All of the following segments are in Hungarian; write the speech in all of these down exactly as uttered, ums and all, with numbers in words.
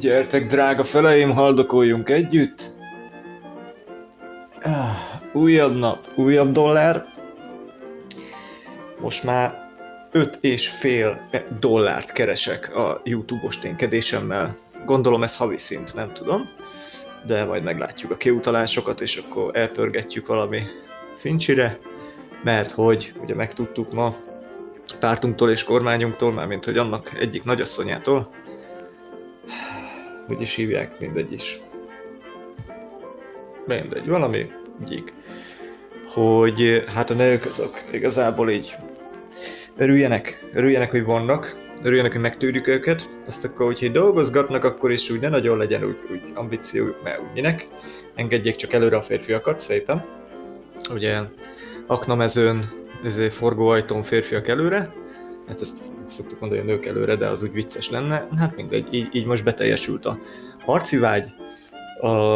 Gyertek, drága feleim, haldokoljunk együtt! Ah, újabb nap, újabb dollár. Most már öt és fél dollárt keresek a YouTube-os ténykedésemmel. Gondolom ez havi szint, nem tudom. De majd meglátjuk a kiutalásokat, és akkor elpörgetjük valami fincsire. Mert hogy, ugye megtudtuk ma pártunktól és kormányunktól, mármint hogy annak egyik nagyasszonyától, hogy is hívják, mindegy is. Mindegy, valami gyík. Hogy hát a nők azok igazából így örüljenek, örüljenek, hogy vannak, örüljenek, hogy megtűrjük őket, azt akkor, hogyha dolgozgatnak, akkor is úgy ne nagyon legyen úgy, úgy ambíciójuk, mert úgy minek. Engedjék csak előre a férfiakat, szépen. Ugye aknamezőn, ezért forgóajtón férfiak előre. Hát ezt szoktuk mondani, hogy a nők előre, de az úgy vicces lenne. Hát mindegy, így, így most beteljesült a harci vágy, a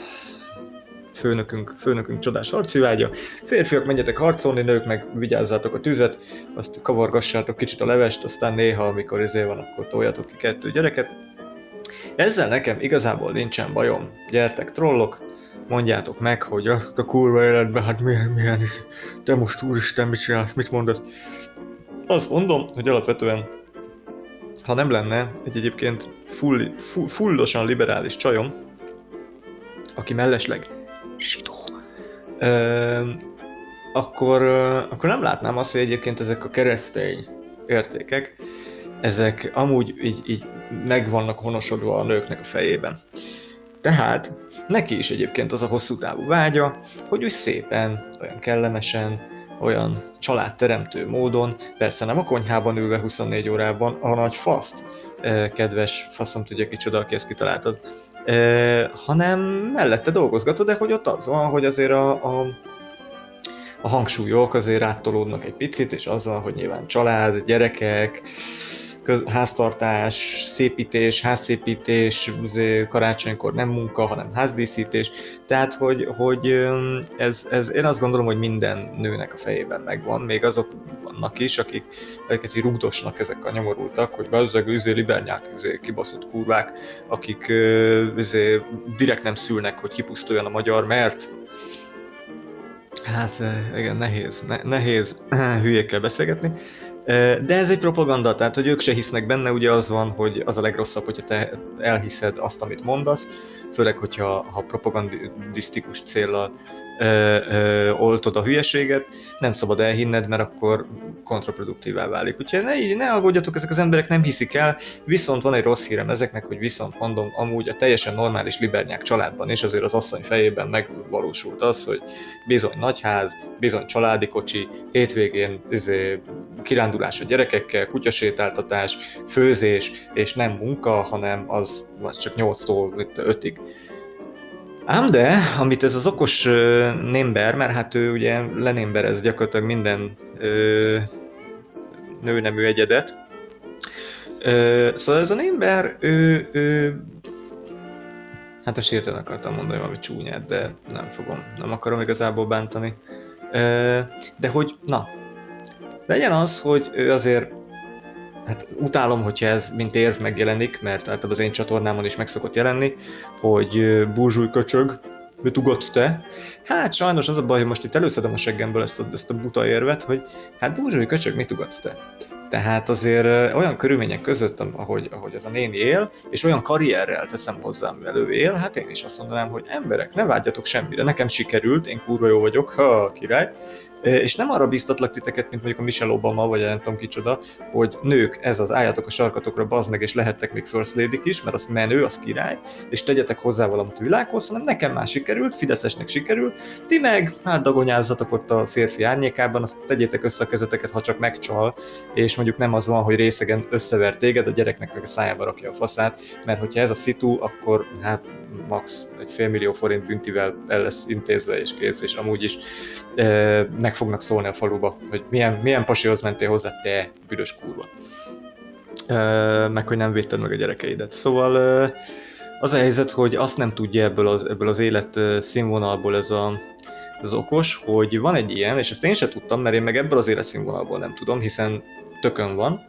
főnökünk, főnökünk csodás harci vágya. Férfiak, menjetek harcolni, nők meg vigyázzátok a tüzet, azt kavargassátok kicsit a levest, aztán néha, amikor ezért van, akkor toljatok ki kettő gyereket. Ezzel nekem igazából nincsen bajom. Gyertek, trollok, mondjátok meg, hogy azt a kurva életben, hát milyen, milyen is, te most úristen, mit csinálsz, mit mondasz? Azt mondom, hogy alapvetően, ha nem lenne egy egyébként full, full, fullosan liberális csajom, aki mellesleg zsidó, ö, akkor, ö, akkor nem látnám azt, hogy egyébként ezek a keresztény értékek, ezek amúgy így, így meg vannak honosodva a nőknek a fejében. Tehát neki is egyébként az a hosszú távú vágya, hogy úgy szépen, olyan kellemesen, olyan családteremtő módon, persze nem a konyhában ülve huszonnégy órában, a nagy faszt, kedves faszom tudja kicsoda, aki ezt kitaláltad, hanem mellette dolgozgatod, de hogy ott az van, hogy azért a, a, a hangsúlyok azért áttolódnak egy picit, és az van, hogy nyilván család, gyerekek, köz, háztartás, szépítés, házszépítés, karácsonykor nem munka, hanem házdíszítés. Tehát, hogy, hogy ez, ez, én azt gondolom, hogy minden nőnek a fejében megvan, még azok vannak is, akik, akiket így rugdosnak ezek a nyomorultak, hogy bezzeg, üzé, libernyák, üzé, kibaszott kurvák, akik üzé, direkt nem szülnek, hogy kipusztuljon a magyar, mert hát igen, nehéz, ne, nehéz hülyékkel beszélgetni. De ez egy propaganda, tehát hogy ők se hisznek benne, ugye az van, hogy az a legrosszabb, hogyha te elhiszed azt, amit mondasz, főleg, hogyha ha propagandisztikus céllal ö, ö, oltod a hülyeséget, nem szabad elhinned, mert akkor kontraproduktívá válik. Úgyhogy ne, ne aggódjatok, ezek az emberek nem hiszik el, viszont van egy rossz hírem ezeknek, hogy viszont mondom, amúgy a teljesen normális libernyák családban is azért az asszony fejében megvalósult az, hogy bizony nagyház, bizony családi kocsi, hétvégén izé, kirándulás a gyerekekkel, kutyasétáltatás, főzés, és nem munka, hanem az csak nyolctól ötig. Ám de, amit ez az okos uh, némber, mert hát ő ugye lenémberez gyakorlatilag minden uh, nőnemű egyedet. Uh, szóval ez a némber, ő, ő hát a sírtően akartam mondani valami csúnyát, de nem fogom, nem akarom igazából bántani. Uh, de hogy, na, legyen az, hogy ő azért, hát utálom, hogyha ez mint érv megjelenik, mert általában az én csatornámon is meg szokott jelenni, hogy burzsúj köcsög, mit ugatsz te? Hát sajnos az a baj, hogy most itt előszedem a seggemből ezt a, ezt a buta érvet, hogy hát burzsúj köcsög, mit ugatsz te? Tehát azért olyan körülmények között, ahogy, ahogy ez a néni él, és olyan karrierrel teszem hozzá, mivel ő él, hát én is azt mondanám, hogy emberek, ne vágyjatok semmire, nekem sikerült, én kurva jó vagyok, ha király, és nem arra bíztatlak titeket, mint mondjuk a Michelle Obama, vagy nem tudom kicsoda, hogy nők, ez az álljatok a sarkatokra, bazd meg, és lehettek még first lady is, mert az menő, az király, és tegyetek hozzá valamit a világhoz, hanem nekem már sikerült, fideszesnek sikerült, ti meg, hát dagonyázzatok ott a férfi árnyékában, azt tegyétek össze a kezeteket, ha csak megcsal, és mondjuk nem az van, hogy részegen összever téged, a gyereknek meg a szájába rakja a faszát, mert hogyha ez a szitu, akkor hát max. egy fél millió forint büntivel el lesz intézve és kész, és amúgy is e, meg fognak szólni a faluba, hogy milyen, milyen pasihoz mentél hozzá, te büdös kurva. E, meg hogy nem védted meg a gyerekeidet. Szóval e, az a helyzet, hogy azt nem tudja ebből az, ebből az élet színvonalból ez a, az okos, hogy van egy ilyen, és ezt én sem tudtam, mert én meg ebből az életszínvonalból nem tudom, hiszen tökön van,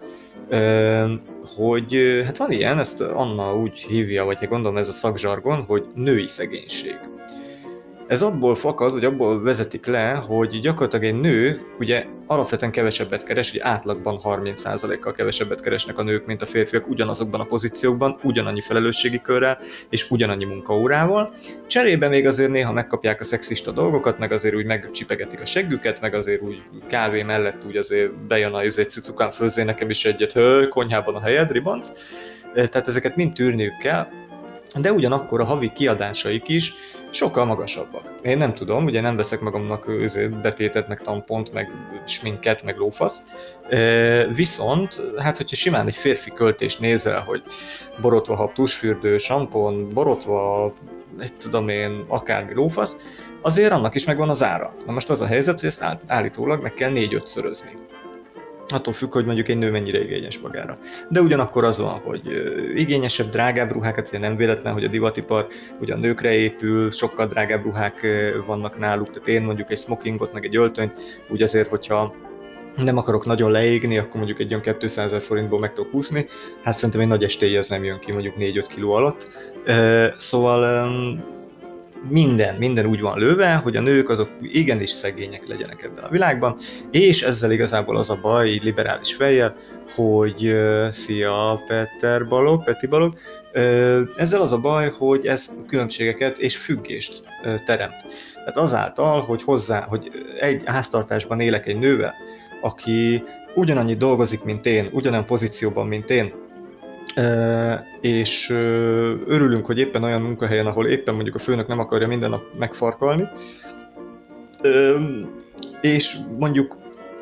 hogy hát van ilyen, ezt Anna úgy hívja, vagy gondolom ez a szakzsargon, hogy női szegénység. Ez abból fakad, vagy abból vezetik le, hogy gyakorlatilag egy nő ugye alapvetően kevesebbet keres, ugye átlagban harminc százalékkal kevesebbet keresnek a nők, mint a férfiak ugyanazokban a pozíciókban, ugyanannyi felelősségi körrel és ugyanannyi munkaórával. Cserébe még azért néha megkapják a szexista dolgokat, meg azért úgy megcsipegetik a seggüket, meg azért úgy kávé mellett úgy azért bejön a izé, cicukán főzzé nekem is egyet, hő, konyhában a helyed, ribanc. Tehát ezeket mind tűrniük kell. De ugyanakkor a havi kiadásaik is sokkal magasabbak. Én nem tudom, ugye nem veszek magamnak betétet, meg tampont, meg sminket, meg lófasz. Viszont, hát hogyha simán egy férfi költést nézel, hogy borotva hab, tusfürdő, sampon, borotva, egy tudom én, akármi lófasz, azért annak is megvan az ára. Na most az a helyzet, hogy ezt állítólag meg kell négy-ötszörözni. Attól függ, hogy mondjuk egy nő mennyire igényes magára. De ugyanakkor az van, hogy igényesebb, drágább ruhákat, ugye nem véletlen, hogy a divatipar ugye a nőkre épül, sokkal drágább ruhák vannak náluk, tehát én mondjuk egy smokingot, meg egy öltönyt, úgy azért, hogyha nem akarok nagyon leégni, akkor mondjuk egy olyan kétszázezer forintból meg tudok úszni, hát szerintem egy nagy estély ez nem jön ki mondjuk négy-öt kiló alatt. Szóval minden, minden úgy van lőve, hogy a nők azok igenis szegények legyenek ebben a világban, és ezzel igazából az a baj, így liberális fejjel, hogy uh, szia Peter Balog, Peti Balog, uh, ezzel az a baj, hogy ez különbségeket és függést uh, teremt. Tehát azáltal, hogy hozzá, hogy egy háztartásban élek egy nővel, aki ugyanannyit dolgozik, mint én, ugyanolyan pozícióban, mint én, Uh, és uh, örülünk, hogy éppen olyan munkahelyen, ahol éppen mondjuk a főnök nem akarja minden nap megfarkalni, uh, és mondjuk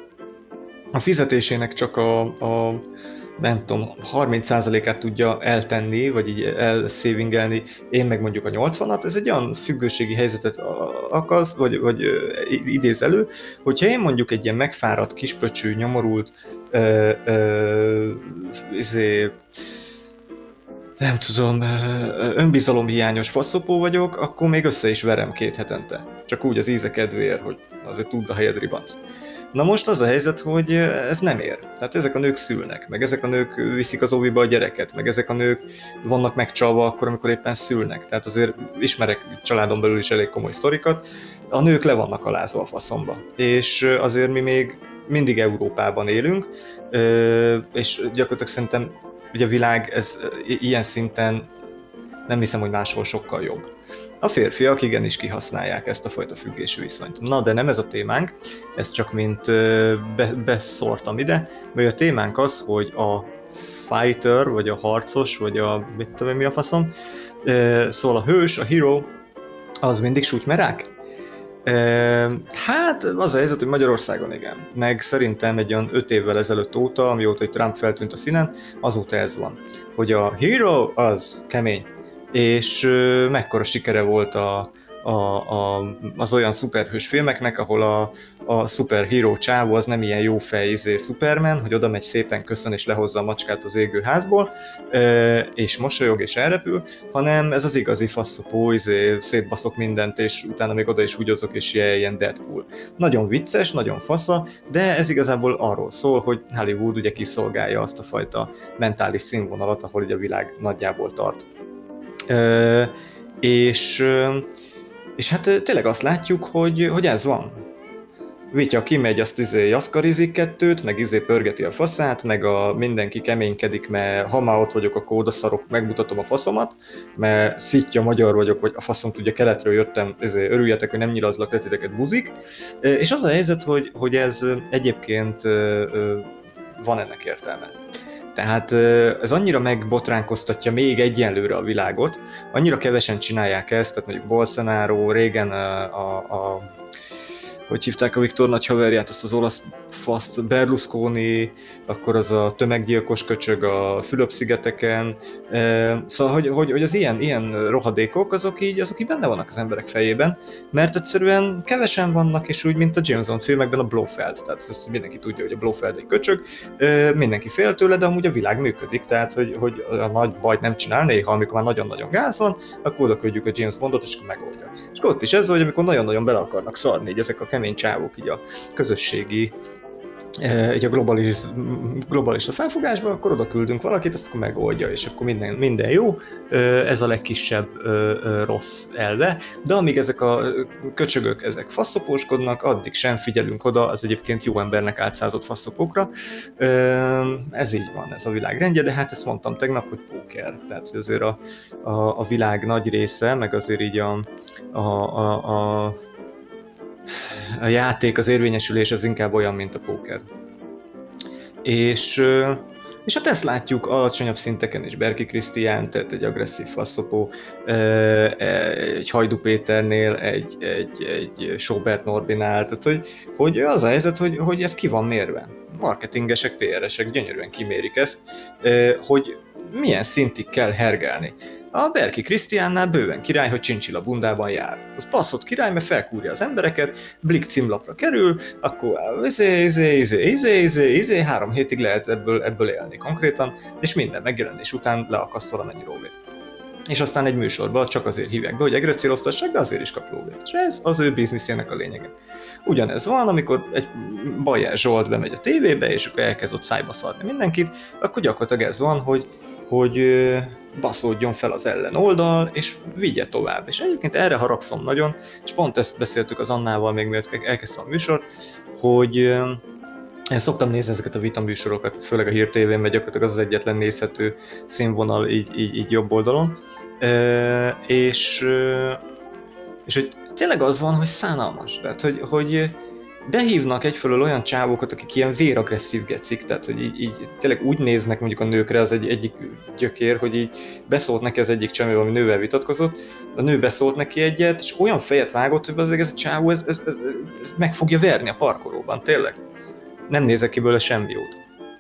a fizetésének csak a, a nem tudom, harminc százalékát tudja eltenni, vagy így elszévingelni, én meg mondjuk a nyolcvanat, ez egy olyan függőségi helyzetet akaz, vagy, vagy idéz elő, hogyha én mondjuk egy ilyen megfáradt, kispöcsű, nyomorult, ö, ö, izé, nem tudom, önbizalomhiányos faszopó vagyok, akkor még össze is verem két hetente. Csak úgy az íze kedvéért, hogy azért tudd a helyed, ribanc. Na most az a helyzet, hogy ez nem ér. Tehát ezek a nők szülnek, meg ezek a nők viszik az óviba a gyereket, meg ezek a nők vannak megcsalva akkor, amikor éppen szülnek. Tehát azért ismerek családon belül is elég komoly sztorikat. A nők le vannak alázva a faszomba. És azért mi még mindig Európában élünk, és gyakorlatilag szerintem ugye a világ ez ilyen szinten nem hiszem, hogy máshol sokkal jobb. A férfiak igenis kihasználják ezt a fajta függési viszonyt. Na, de nem ez a témánk, ezt csak mint be, beszórtam ide, mert a témánk az, hogy a fighter, vagy a harcos, vagy a mit tudom mi a faszom, szóval a hős, a hero, az mindig súlymerák? Hát az a helyzet, hogy Magyarországon igen, meg szerintem egy olyan öt évvel ezelőtt óta, amióta Trump feltűnt a színen, azóta ez van, hogy a hero az kemény, és mekkora sikere volt a, a, a, az olyan szuperhős filmeknek, ahol a, a szuperhíró csávó az nem ilyen jó fej izé Superman, hogy oda megy szépen köszön és lehozza a macskát az égő házból, és mosolyog és elrepül, hanem ez az igazi faszopó, izé, szétbaszok mindent, és utána még oda is húgyozok, és ilyen Deadpool. Nagyon vicces, nagyon fasza, de ez igazából arról szól, hogy Hollywood ugye kiszolgálja azt a fajta mentális színvonalat, ahol ugye a világ nagyjából tart. Uh, és, uh, és hát tényleg azt látjuk, hogy, hogy ez van. Vitya kimegy, azt izé jaszkarizik kettőt, meg izé pörgeti a faszát, meg a mindenki keménykedik, mert ha már ott vagyok, akkor odaszarok, megmutatom a faszomat, mert szitja magyar vagyok, vagy a faszom tudja, keletről jöttem, izé, örüljetek, hogy nem nyilazlak le titeket, buzik. Uh, és az a helyzet, hogy, hogy ez egyébként uh, van ennek értelme. Tehát ez annyira megbotránkoztatja még egyenlőre a világot, annyira kevesen csinálják ezt, tehát mondjuk Bolsonaro, régen a, a, a hogy hívták a Viktor nagy haverját, azt az olasz faszt, Berlusconi, akkor az a tömeggyilkos köcsög a Fülöp-szigeteken. Szóval, hogy, hogy, hogy az ilyen, ilyen rohadékok, azok így, azok így benne vannak az emberek fejében, mert egyszerűen kevesen vannak, és úgy, mint a James Bond filmekben a Blofeld. Tehát ezt mindenki tudja, hogy a Blofeld egy köcsög, mindenki fél tőle, de amúgy a világ működik, tehát hogy, hogy a nagy bajt nem csinál néha, amikor már nagyon-nagyon gáz van, akkor oda küldjük a James Bondot, és akkor megoldja. És ott is ez, hogy amikor nagyon-nagyon bele akarnak szarni így ezek a kemény csávok így a közösségi egy a globalis, globalista felfogásban, akkor oda küldünk valakit, azt akkor megoldja, és akkor minden, minden jó. Ez a legkisebb rossz elve, de amíg ezek a köcsögök, ezek faszopóskodnak, addig sem figyelünk oda az egyébként jó embernek álcázott faszopókra. Ez így van, ez a világ rendje, de hát ezt mondtam tegnap, hogy póker. Tehát azért a, a, a világ nagy része, meg azért így a, a, a, a a játék, az érvényesülés az inkább olyan, mint a póker. És, és hát ezt látjuk alacsonyabb szinteken is, Berki Krisztián, tehát egy agresszív faszopó, egy Hajdú Péternél, egy, egy, egy Sobert Norbinál, tehát hogy, hogy az a helyzet, hogy, hogy ez ki van mérve. Marketingesek, pé er-esek gyönyörűen kimérik ezt, hogy milyen szintig kell hergelni. A Berki Krisztiánnál bőven király, hogy csincsila bundában jár. Az passzott király, mert felkúrja az embereket, Blik címlapra kerül, akkor izé, izé, izé, izé, izé, izé, három hétig lehet ebből, ebből élni konkrétan, és minden megjelenés után leakaszt valamennyi lóvét. És aztán egy műsorban csak azért hívják be, hogy egre céloztassák, de azért is kap lóvét. És ez az ő bizniszének a lényege. Ugyanez van, amikor egy Bajer Zsolt bemegy a tévébe, és akkor elkezd ott szájba szarni mindenkit, akkor gyakorlatilag ez van, hogy hogy baszódjon fel az ellen oldal, és vigye tovább. És egyébként erre haragszom nagyon, és pont ezt beszéltük az Annával még mielőtt elkezdtem a műsor, hogy én szoktam nézni ezeket a vita műsorokat, főleg a Hír té vén, mert gyakorlatilag az az egyetlen nézhető színvonal így, így, így jobb oldalon. És, és hogy tényleg az van, hogy szánalmas. Tehát, hogy, hogy behívnak egyfelől olyan csávókat, akik ilyen véragresszív gecik, tehát hogy így, így tényleg úgy néznek mondjuk a nőkre az egy, egyik gyökér, hogy így beszólt neki az egyik csemő, ami nővel vitatkozott, a nő beszólt neki egyet, és olyan fejet vágott, hogy az ez a csávó ez, ez, ez, ez meg fogja verni a parkolóban, tényleg. Nem nézek ki belőle semmi jót.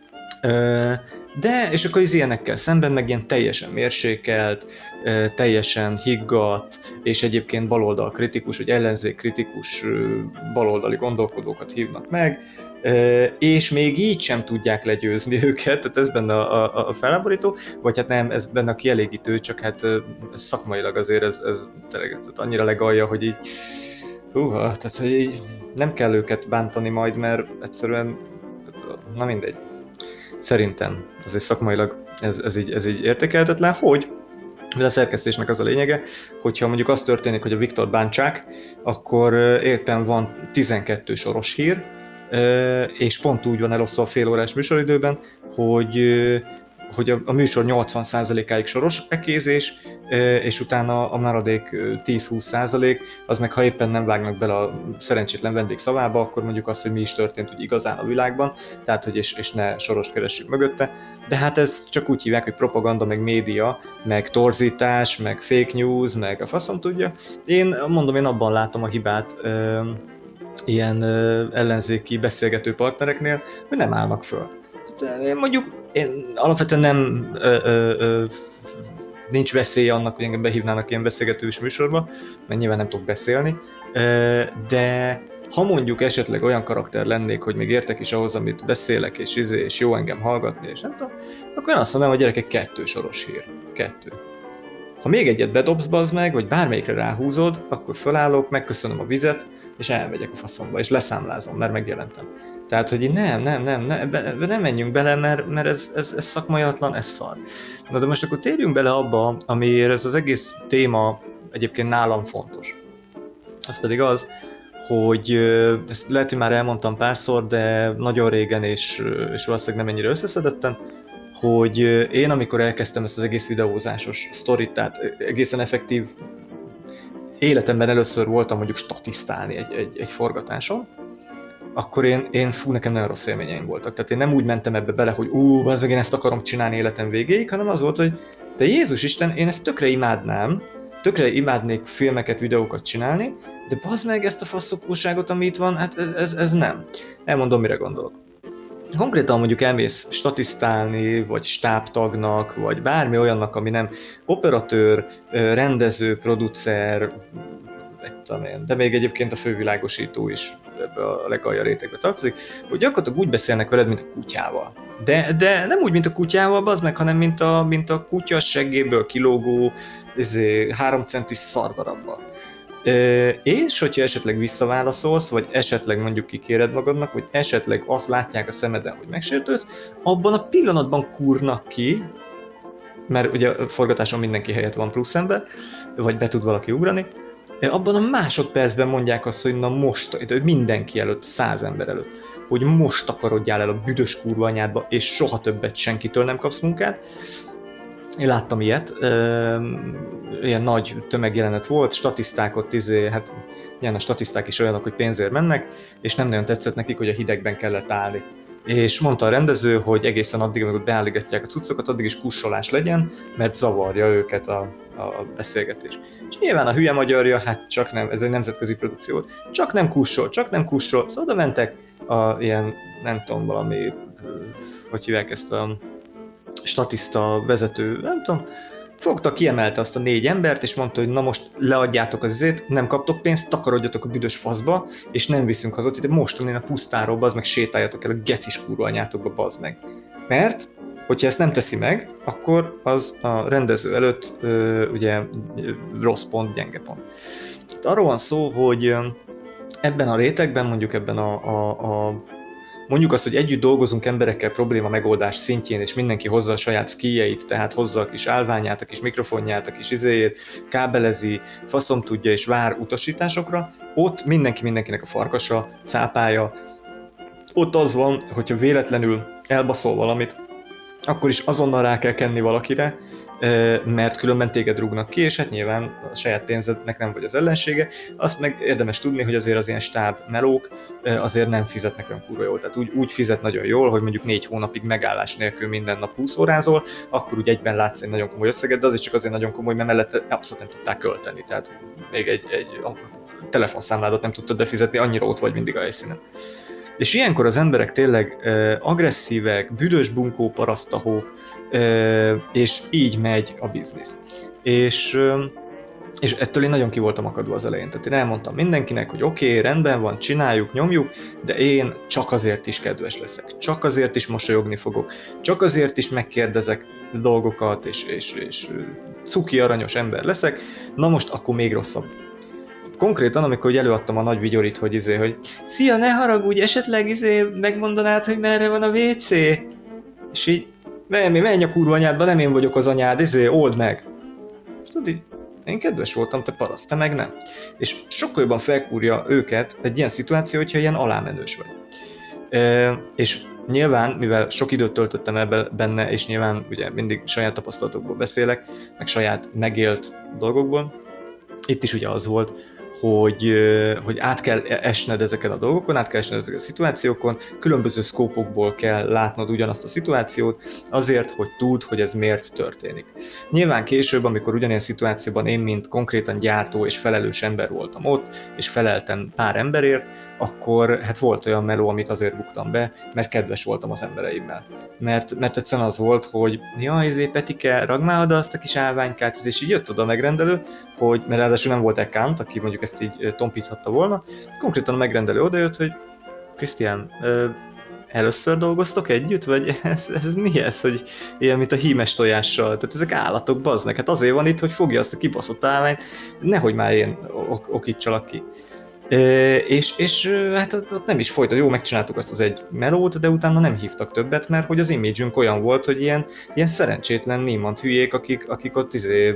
De, és akkor az ilyenekkel szemben meg ilyen teljesen mérsékelt, teljesen higgadt, és egyébként baloldal kritikus, vagy ellenzék kritikus baloldali gondolkodókat hívnak meg, és még így sem tudják legyőzni őket, tehát ez benne a, a, a felháborító, vagy hát nem, ez benne a kielégítő, csak hát ez szakmailag azért ez, ez tényleg annyira legalja, hogy így húha, tehát hogy így nem kell őket bántani majd, mert egyszerűen, na mindegy. Szerintem azért szakmailag ez, ez, így, ez így értékelhetetlen, hogy a szerkesztésnek az a lényege, hogyha mondjuk az történik, hogy a Viktor bántsák, akkor éppen van tizenkettő soros hír, és pont úgy van elosztva a fél órás műsoridőben, hogy hogy a, a műsor nyolcvan százalékáig soros ekézés, és utána a maradék tíz-húsz százalék, az meg ha éppen nem vágnak bele a szerencsétlen vendég szavába, akkor mondjuk azt, hogy mi is történt úgy igazán a világban, tehát hogy és, és ne sorost keressük mögötte. De hát ez csak úgy hívják, hogy propaganda, meg média, meg torzítás, meg fake news, meg a faszom tudja. Én mondom, én abban látom a hibát ö, ilyen ö, ellenzéki beszélgető partnereknél, hogy nem állnak föl. Tehát én mondjuk én alapvetően nem ö, ö, ö, nincs veszélye annak, hogy engem behívnának ilyen beszélgetős műsorba, mert nyilván nem tudok beszélni, de ha mondjuk esetleg olyan karakter lennék, hogy még értek is ahhoz, amit beszélek, és izé, és jó engem hallgatni, és nem tudom, akkor én azt mondanám, hogy gyerekek, kettő soros hír. Kettő. Ha még egyet bedobsz, bazd meg, vagy bármelyikre ráhúzod, akkor fölállok, megköszönöm a vizet, és elmegyek a faszomba, és leszámlázom, mert megjelentem. Tehát, hogy nem, nem, nem, nem, be, nem menjünk bele, mert, mert ez, ez, ez szakmaiatlan, ez szar. Na de most akkor térjünk bele abba, amiért ez az egész téma egyébként nálam fontos. Az pedig az, hogy ezt lehet, hogy már elmondtam párszor, de nagyon régen, és, és valószínűleg nem ennyire összeszedetten, hogy én amikor elkezdtem ezt az egész videózásos sztorit, tehát egészen effektív életemben először voltam mondjuk statisztálni egy, egy, egy forgatáson, akkor én, én fú, nekem nagyon rossz élményeim voltak. Tehát én nem úgy mentem ebbe bele, hogy ú, bazzeg, én ezt akarom csinálni életem végéig, hanem az volt, hogy te Jézus Isten, én ezt tökre imádnám, tökre imádnék filmeket, videókat csinálni, de bazd meg ezt a faszopóságot, ami itt van, hát ez, ez, ez nem. Elmondom, mire gondolok. Konkrétan mondjuk elmész statisztálni, vagy stábtagnak, vagy bármi olyannak, ami nem operatőr, rendező, producer, de még egyébként a fővilágosító is ebbe a legalja rétegbe tartozik, hogy gyakorlatilag úgy beszélnek veled, mint a kutyával. De, de nem úgy, mint a kutyával, bazd meg, hanem mint a, mint a kutya seggéből kilógó izé, három centis szardarabbal. És hogyha esetleg visszaválaszolsz, vagy esetleg mondjuk kikéred magadnak, vagy esetleg azt látják a szemeden, hogy megsértődsz, abban a pillanatban kúrnak ki, mert ugye a forgatáson mindenki helyett van plusz ember, vagy be tud valaki ugrani, abban a másodpercben mondják azt, hogy na most, hogy mindenki előtt, száz ember előtt, hogy most takarodjál el a büdös kurva anyádba, és soha többet senkitől nem kapsz munkát. Én láttam ilyet, ilyen nagy tömegjelenet volt, statisztákat, izé, hát ilyen a statiszták is olyanok, hogy pénzért mennek, és nem nagyon tetszett nekik, hogy a hidegben kellett állni. És mondta a rendező, hogy egészen addig, amíg beállítgatják a cuccokat, addig is kussolás legyen, mert zavarja őket a, a beszélgetés. És nyilván a hülye magyarja, hát csak nem, ez egy nemzetközi produkció, csak nem kussol, csak nem kussol, szóval oda mentek a ilyen, nem tudom, valami, hogy hívják ezt a statiszta vezető, nem tudom, fogta, kiemelte azt a négy embert, és mondta, hogy na most leadjátok az izét, nem kaptok pénzt, takarodjatok a büdös faszba, és nem viszünk haza, tehát mostan a pusztáról, bazd meg, sétáljatok el a gecis kurva anyátokba, bazd meg. Mert, hogyha ezt nem teszi meg, akkor az a rendező előtt ö, ugye rossz pont, gyenge pont. Tehát arról van szó, hogy ebben a rétegben, mondjuk ebben a, a, a mondjuk azt, hogy együtt dolgozunk emberekkel probléma megoldás szintjén, és mindenki hozza a saját skijeit, tehát hozza a kis állványát, a kis mikrofonját, a kis izéjét, kábelezi, faszom tudja, és vár utasításokra, ott mindenki mindenkinek a farkasa, cápája. Ott az van, hogyha véletlenül elbaszol valamit, akkor is azonnal rá kell kenni valakire, mert különben téged rúgnak ki, és hát nyilván a saját pénzednek nem vagy az ellensége. Azt meg érdemes tudni, hogy azért az ilyen stáb melók azért nem fizetnek olyan kurva jól. Tehát úgy, úgy fizet nagyon jól, hogy mondjuk négy hónapig megállás nélkül minden nap húsz órázol, akkor úgy egyben látsz egy nagyon komoly összeget, de azért csak azért nagyon komoly, mert mellette abszolút nem tudták költeni. Tehát még egy, egy a telefonszámládat nem tudtad befizetni, annyira ott vagy mindig a helyszínen. És ilyenkor az emberek tényleg uh, agresszívek, büdös bunkó parasztahók, uh, és így megy a biznisz. És, uh, és ettől én nagyon ki voltam akadva az elején. Tehát én elmondtam mindenkinek, hogy oké, okay, rendben van, csináljuk, nyomjuk, de én csak azért is kedves leszek, csak azért is mosolyogni fogok, csak azért is megkérdezek dolgokat, és, és, és cuki aranyos ember leszek, na most akkor még rosszabb. Konkrétan, amikor előadtam a nagy vigyorit, hogy izé, hogy szia, ne haragudj, esetleg izé megmondanád, hogy merre van a vé cé? És így, menj, menj a kurva anyádba, nem én vagyok az anyád, izé, old meg. És tudod így, én kedves voltam, te paraszt, te meg nem. És sokkal jobban felkúrja őket egy ilyen szituáció, hogyha ilyen alámenős vagy. E, és nyilván, mivel sok időt töltöttem ebben benne, és nyilván ugye mindig saját tapasztalatokból beszélek, meg saját megélt dolgokból, itt is ugye az volt, hogy, hogy át kell esned ezeken a dolgokon, át kell esned ezeken a szituációkon, különböző szkópokból kell látnod ugyanazt a szituációt, azért, hogy tudd, hogy ez miért történik. Nyilván később, amikor ugyanilyen szituációban én, mint konkrétan gyártó és felelős ember voltam ott, és feleltem pár emberért, akkor hát volt olyan meló, amit azért buktam be, mert kedves voltam az embereimmel. Mert, mert egyszerűen az volt, hogy jaj, izé, Petike, ragd már oda azt a kis állványkát, és így jött oda a megrendelő, hogy, mert ráadásul nem volt account, aki mondjuk ezt így tompíthatta volna. Konkrétan a megrendelő odajött, hogy Krisztián, először dolgoztok együtt, vagy ez, ez mi ez, hogy ilyen, mint a hímes tojással? Tehát ezek állatok, bazd meg, hát azért van itt, hogy fogja azt a kibaszott állványt, nehogy már én ok- okítsalak ki. E, és, és hát ott nem is folyt, jó, megcsináltuk azt az egy melót, de utána nem hívtak többet, mert hogy az image-ünk olyan volt, hogy ilyen, ilyen szerencsétlen némant hülyék, akik, akik ott izé,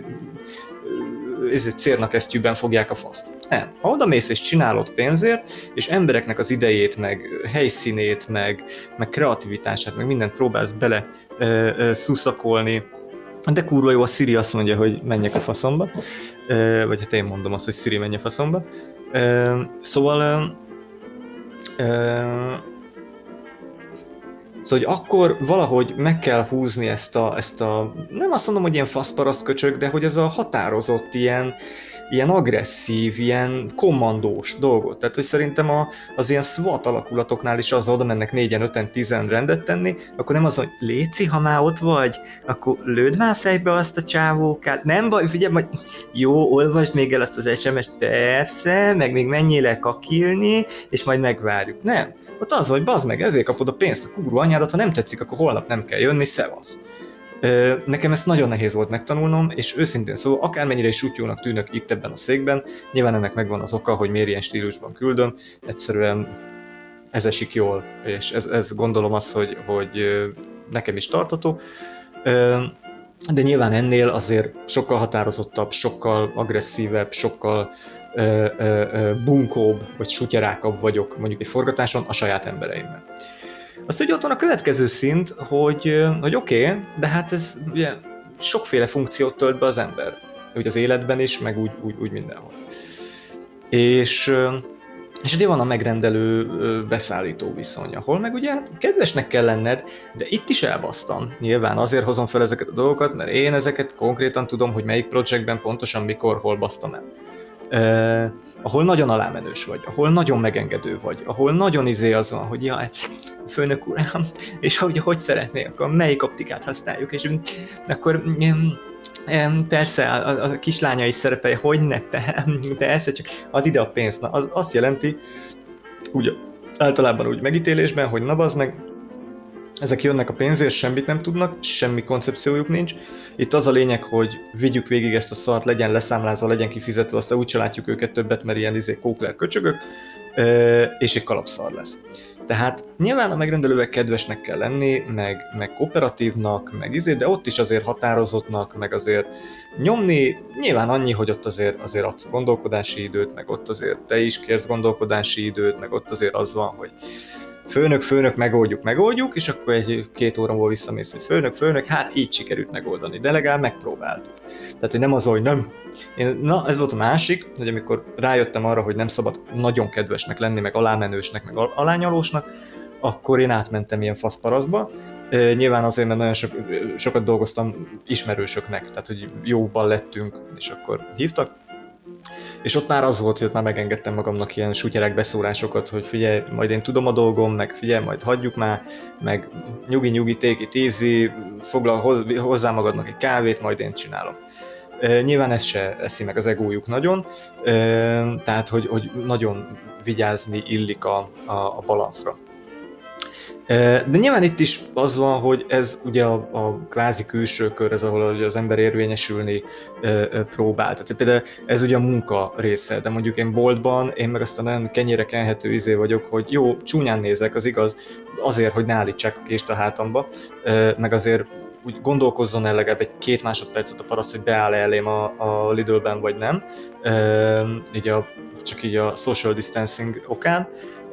izé cérnakesztyűben fogják a faszt. Nem. Ha oda mész és csinálod pénzért, és embereknek az idejét, meg helyszínét, meg, meg kreativitását, meg mindent próbálsz bele e, e, szuszakolni, de kurva jó, a Siri azt mondja, hogy menjek a faszomba, e, vagy hát én mondom azt, hogy Siri menj a faszomba. Uh, szóval, uh, uh, szóval, hogy akkor valahogy meg kell húzni ezt a, ezt a, nem azt mondom, hogy ilyen faszparaszt köcsög, de hogy ez a határozott, ilyen, ilyen agresszív, ilyen kommandós dolgot. Tehát, hogy szerintem a, az ilyen SWAT alakulatoknál is az, oda mennek négyen, öten, tizen rendet tenni, akkor nem az, hogy léci, ha már ott vagy, akkor lőd már fejbe azt a csávókát, nem baj, figyelj, majd jó, olvasd még el azt az es em est, persze, meg még menjél el kakilni, és majd megvárjuk. Nem. Ott az, hogy bazd meg, ezért kapod a pénzt, a kurva anyádat, ha nem tetszik, akkor holnap nem kell jönni, szevasz. Nekem ezt nagyon nehéz volt megtanulnom, és őszintén szóval akármennyire is sutyónak tűnök itt ebben a székben, nyilván ennek megvan az oka, hogy miért ilyen stílusban küldöm, egyszerűen ez esik jól, és ez, ez gondolom az, hogy, hogy nekem is tartató. De nyilván ennél azért sokkal határozottabb, sokkal agresszívebb, sokkal ö, ö, ö, bunkóbb, vagy sutyerákabb vagyok mondjuk egy forgatáson a saját embereimmel. Azt ugye ott van a következő szint, hogy, hogy oké, okay, de hát ez ugye sokféle funkciót tölt be az ember. Úgy az életben is, meg úgy, úgy, úgy mindenhol. És, és ugye van a megrendelő beszállító viszony, ahol meg ugye kedvesnek kell lenned, de itt is elbasztam. Nyilván azért hozom fel ezeket a dolgokat, mert én ezeket konkrétan tudom, hogy melyik projektben pontosan mikor, hol basztam el. Uh, ahol nagyon alámenős vagy, ahol nagyon megengedő vagy, ahol nagyon izé az van, hogy jaj, főnök úr, és hogy, hogy szeretnél, akkor melyik optikát használjuk, és akkor um, um, persze a, a kislánya is szerepelj, hogy ne, persze, csak add ide a pénzt. Na, az azt jelenti, úgy általában úgy megítélésben, hogy na bazd meg, ezek jönnek a pénzért, semmit nem tudnak, semmi koncepciójuk nincs. Itt az a lényeg, hogy vigyük végig ezt a szart, legyen leszámlázva, legyen kifizetve, aztán úgy se látjuk őket többet, mert ilyen izé kókler köcsögök, és egy kalapszar lesz. Tehát nyilván a megrendelővel kedvesnek kell lenni, meg, meg kooperatívnak, meg izé, de ott is azért határozottnak, meg azért nyomni, nyilván annyi, hogy ott azért, azért adsz gondolkodási időt, meg ott azért te is kérsz gondolkodási időt, meg ott azért az van, hogy főnök, főnök, megoldjuk, megoldjuk, és akkor egy két óra múlva visszamész, hogy főnök, főnök, hát így sikerült megoldani, de legalább megpróbáltuk. Tehát, hogy nem az, hogy nem. Én, na, ez volt a másik, hogy amikor rájöttem arra, hogy nem szabad nagyon kedvesnek lenni, meg alámenősnek, meg alányalósnak, akkor én átmentem ilyen faszparaszba. E, nyilván azért, mert nagyon so, sokat dolgoztam ismerősöknek, tehát, hogy jóban lettünk, és akkor hívtak. És ott már az volt, hogy ott már megengedtem magamnak ilyen sutyerek beszólásokat, hogy figyelj, majd én tudom a dolgom, meg figyelj, majd hagyjuk már, meg nyugi-nyugi, take it easy, foglal hozzá magadnak egy kávét, majd én csinálom. E, nyilván ez se eszi meg az egójuk nagyon, e, tehát hogy, hogy nagyon vigyázni illik a, a, a balanszra. De nyilván itt is az van, hogy ez ugye a, a kvázi külső kör, ez ahol az ember érvényesülni próbál. Tehát például ez ugye a munka része, de mondjuk én boltban, én meg aztán olyan kenyére kenhető izé vagyok, hogy jó, csúnyán nézek, az igaz, azért, hogy ne állítsák a kést a hátamba, meg azért úgy gondolkozzon el legalább egy két másodpercet a paraszt, hogy beáll elém a, a Lidlben, vagy nem, így a, csak így a social distancing okán.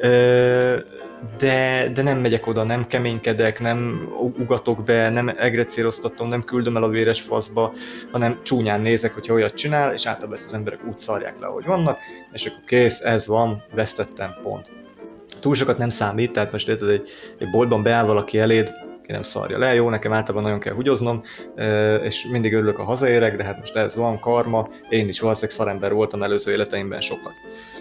De, de nem megyek oda, nem keménykedek, nem ugatok be, nem egrecéroztatom, nem küldöm el a véres faszba, hanem csúnyán nézek, hogyha olyat csinál, és általában ezt az emberek úgy szarják le, ahogy vannak, és akkor kész, ez van, vesztettem, pont. Túl sokat nem számít, tehát most érted, egy, egy boltban beáll valaki eléd, ki nem szarja le, jó, nekem általában nagyon kell húgyoznom, és mindig örülök, ha hazaérek, de hát most ez van, karma, én is valószínűleg szarember voltam előző életeimben sokat.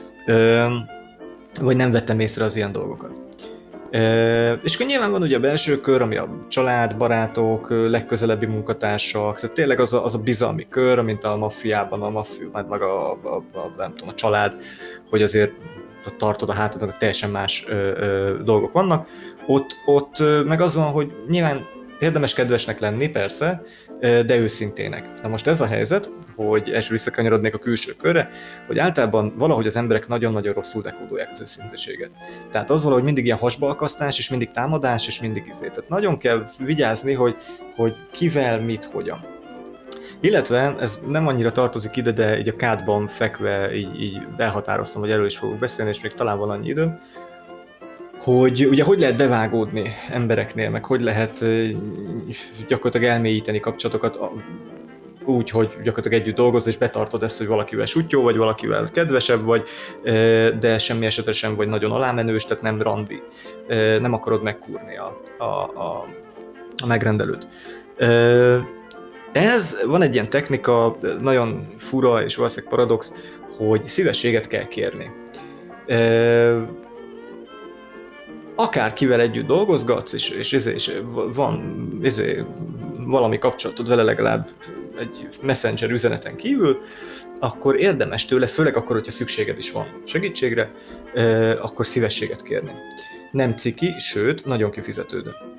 Vagy nem vettem észre az ilyen dolgokat. E, és akkor nyilván van ugye a belső kör, ami a család, barátok, legközelebbi munkatársak, tehát tényleg az a, az a bizalmi kör, mint a maffiában, a maffi, hát meg a, a, a, nem tudom, a család, hogy azért tartod a hátadnak, teljesen más ö, ö, dolgok vannak. Ott, ott meg az van, hogy nyilván érdemes kedvesnek lenni, persze, de őszintének. Na most ez a helyzet, hogy első visszakanyarodnék a külső körre, hogy általában valahogy az emberek nagyon-nagyon rosszul dekódolják az őszinteséget. Tehát az valahogy mindig ilyen hasbalkasztás, és mindig támadás, és mindig izé. Tehát nagyon kell vigyázni, hogy, hogy kivel, mit, hogyan. Illetve, ez nem annyira tartozik ide, de így a kádban fekve így, így elhatároztam, hogy erről is fogok beszélni, és még talán van annyi időm, hogy ugye hogy lehet bevágódni embereknél, meg hogy lehet gyakorlatilag elmélyíteni kapcsolatokat úgy, hogy gyakorlatilag együtt dolgozni, és betartod ezt, hogy valakivel sutyó, vagy valakivel kedvesebb vagy, de semmi esetre sem vagy nagyon alámenős, tehát nem randi. Nem akarod megkúrni a, a, a, a megrendelőt. Ez van egy ilyen technika, nagyon fura és valószínűleg paradox, hogy szívességet kell kérni. Akárkivel együtt dolgozgatsz, és, és, és, és van és, valami kapcsolatod vele legalább egy messenger üzeneten kívül, akkor érdemes tőle, főleg akkor, hogyha szükséged is van segítségre, akkor szívességet kérni. Nem ciki, sőt, nagyon kifizetődő.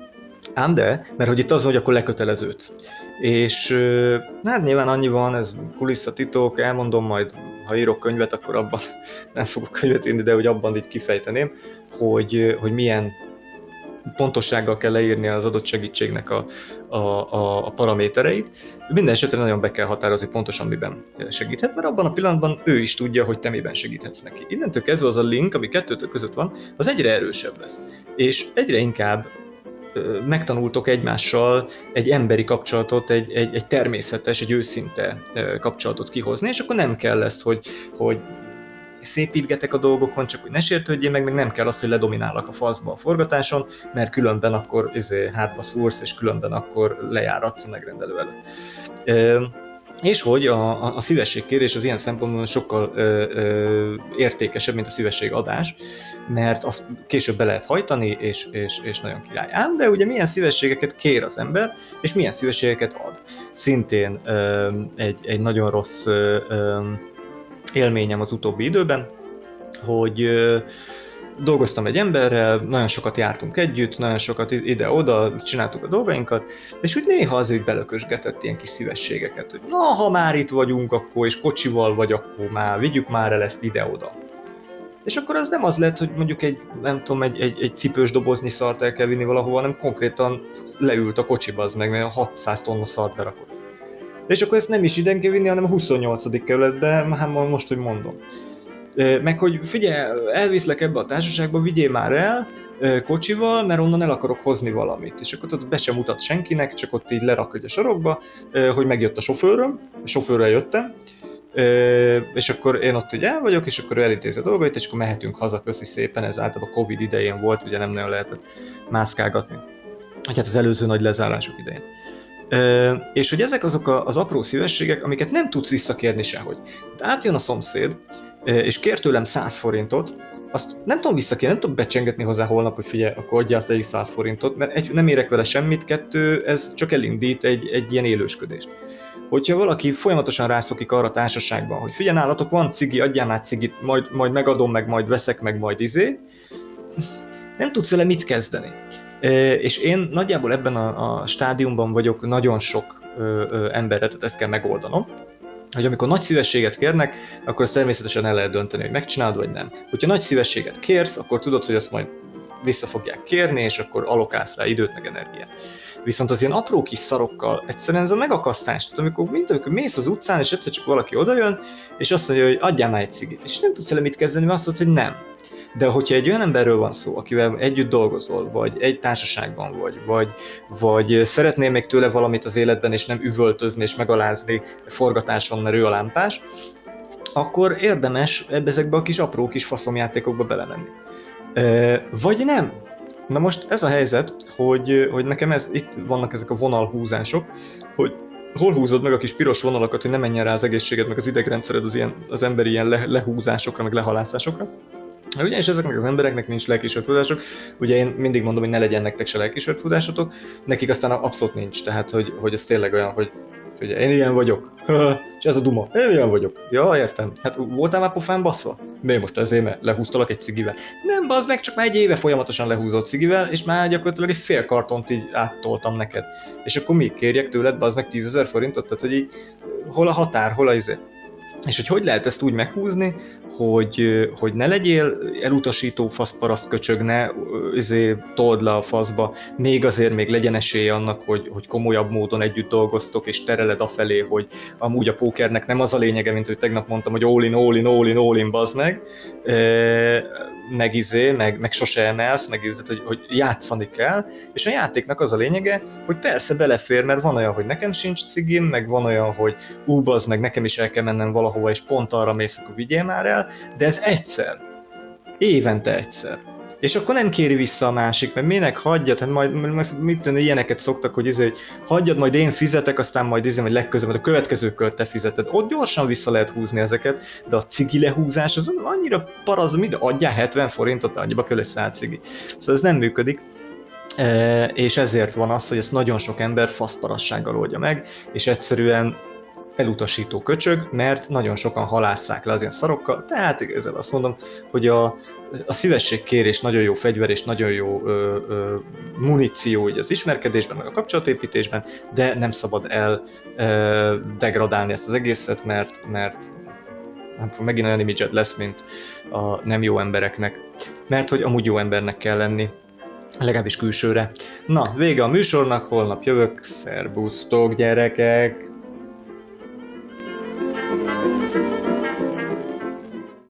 Ám de, mert hogy itt az van, hogy akkor leköteleződsz. És ö, hát nyilván annyi van, ez kulisszatitok, elmondom majd, ha írok könyvet, akkor abban nem fogok könyvet írni, de hogy abban így kifejteném, hogy, hogy milyen pontossággal kell leírni az adott segítségnek a, a, a, a paramétereit. Minden esetre nagyon be kell határozni pontosan, miben segíthet, mert abban a pillanatban ő is tudja, hogy te miben segíthetsz neki. Innentől kezdve az a link, ami kettőtök között van, az egyre erősebb lesz. És egyre inkább ö, megtanultok egymással egy emberi kapcsolatot, egy, egy, egy természetes, egy őszinte ö, kapcsolatot kihozni, és akkor nem kell ezt, hogy, hogy szépítgetek a dolgokon, csak hogy ne sértődjél meg, meg nem kell az, hogy ledominálok a faszba a forgatáson, mert különben akkor izé, hátba szúrsz, és különben akkor lejáratsz a megrendelő előtt. E, és hogy a, a, a szívességkérés az ilyen szempontból sokkal ö, ö, értékesebb, mint a szívességadás, mert azt később be lehet hajtani, és, és, és nagyon király. Ám, de ugye milyen szívességeket kér az ember, és milyen szívességeket ad. Szintén ö, egy, egy nagyon rossz ö, ö, élményem az utóbbi időben, hogy ö, dolgoztam egy emberrel, nagyon sokat jártunk együtt, nagyon sokat ide-oda, csináltuk a dolgainkat, és úgy néha azért belökösgetett ilyen kis szívességeket, hogy na, ha már itt vagyunk, akkor, és kocsival vagy, akkor már vigyük már el ezt ide-oda. És akkor az nem az lett, hogy mondjuk egy, nem tudom, egy, egy, egy cipős doboznyi szart el kell vinni valahova, hanem konkrétan leült a kocsiba, az meg, mert hatszáz tonna szart berakott. És akkor ezt nem is ide kell vinni, hanem a huszonnyolcadik kerületbe, hát most, hogy mondom. Meg hogy figyelj, elviszlek ebbe a társaságba, vigyél már el kocsival, mert onnan el akarok hozni valamit. És akkor ott be sem mutat senkinek, csak ott így lerak a sarokba, hogy megjött a sofőröm, a sofőrrel jöttem, és akkor én ott ugye el vagyok, és akkor ő elintézi a dolgait, és akkor mehetünk haza, köszi szépen, ez általában a Covid idején volt, ugye nem nagyon lehetett mászkálgatni. Hát az előző nagy lezárások idején. Uh, és hogy ezek azok a, az apró szívességek, amiket nem tudsz visszakérni sehogy. De átjön a szomszéd, uh, és kér tőlem száz forintot, azt nem tudom visszakérni, nem tudom becsengetni hozzá holnap, hogy figyelj, akkor adja azt egyik száz forintot, mert egy, nem érek vele semmit, kettő, ez csak elindít egy, egy ilyen élősködést. Hogyha valaki folyamatosan rászokik arra a társaságban, hogy figyelj, nálatok van cigi, adjál már cigit, majd, majd megadom, meg majd veszek, meg majd izé, nem tudsz vele mit kezdeni. És én nagyjából ebben a, a stádiumban vagyok nagyon sok ö, ö, emberre, tehát ezt kell megoldanom, hogy amikor nagy szívességet kérnek, akkor ezt természetesen el lehet dönteni, hogy megcsinálod, vagy nem. Hogyha nagy szívességet kérsz, akkor tudod, hogy azt majd vissza fogják kérni, és akkor alokálsz rá időt, meg energiát. Viszont az ilyen apró kis szarokkal egyszerűen ez a megakasztás, tehát amikor, mint amikor mész az utcán, és egyszer csak valaki odajön, és azt mondja, hogy adjál már egy cigit, és nem tudsz vele mit kezdeni, mert azt mondod, hogy nem. De hogyha egy olyan emberről van szó, akivel együtt dolgozol, vagy egy társaságban vagy, vagy, vagy szeretnél még tőle valamit az életben, és nem üvöltözni és megalázni forgatáson, mert ő a lámpás, akkor érdemes ebbe ezekbe a kis apró kis faszomjátékokba belemenni. Vagy nem. Na most ez a helyzet, hogy, hogy nekem ez, itt vannak ezek a vonalhúzások, hogy hol húzod meg a kis piros vonalakat, hogy ne menjen rá az egészséged, meg az idegrendszered az, ilyen, az emberi ilyen le, lehúzásokra, meg lehalászásokra. Ugyanis ezeknek az embereknek nincs lelkismertfudások, ugye én mindig mondom, hogy ne legyen nektek se lelkismertfudásotok, nekik aztán abszolút nincs, tehát hogy, hogy ez tényleg olyan, hogy ugye én ilyen vagyok, és ez a duma, én ilyen vagyok, ja értem, hát voltál már pofán baszva? Miért most ezért, mert lehúztalak egy cigivel? Nem, bazd meg, csak már egy éve folyamatosan lehúzott cigivel, és már gyakorlatilag egy fél kartont így áttoltam neked. És akkor még kérjek tőled, bazd meg tízezer forintot, tehát hogy így hol a határ, hol a izé. És hogy hogy lehet ezt úgy meghúzni, hogy, hogy ne legyél elutasító faszparaszt köcsög, ne izé, told le a faszba, még azért még legyen esélye annak, hogy, hogy komolyabb módon együtt dolgoztok, és tereled afelé, hogy amúgy a pókernek nem az a lényege, mint hogy tegnap mondtam, hogy all in, all in, all in, all in, bazd meg, e, meg izé, meg, meg sose emelsz, meg izé, hogy, hogy játszani kell, és a játéknak az a lényege, hogy persze belefér, mert van olyan, hogy nekem sincs cigim, meg van olyan, hogy ú, bazd meg, nekem is el kell mennem valahova, és pont arra mész, akkor vigyél már el, de ez egyszer. Évente egyszer. És akkor nem kéri vissza a másik, mert minek hagyjad, hát majd mit tenni, ilyeneket szoktak, hogy, izé, hogy hagyjad, majd én fizetek, aztán majd izé, hogy legközelebb, a következő kört te fizeted. Ott gyorsan vissza lehet húzni ezeket, de a cigi lehúzás az annyira parazd, mind adjál hetven forintot, de annyiba kell egy száz cigi. Szóval ez nem működik. E, és ezért van az, hogy ezt nagyon sok ember faszparassággal oldja meg, és egyszerűen elutasító köcsög, mert nagyon sokan halásszák le az ilyen szarokkal, tehát ezzel azt mondom, hogy a, a szívességkérés nagyon jó fegyver és nagyon jó ö, ö, muníció így az ismerkedésben, meg a kapcsolatépítésben, de nem szabad el ö, degradálni ezt az egészet, mert, mert nem tudom, megint olyan imidzsed lesz, mint a nem jó embereknek, mert hogy amúgy jó embernek kell lenni, legalábbis külsőre. Na, vége a műsornak, holnap jövök, szerbusztok gyerekek!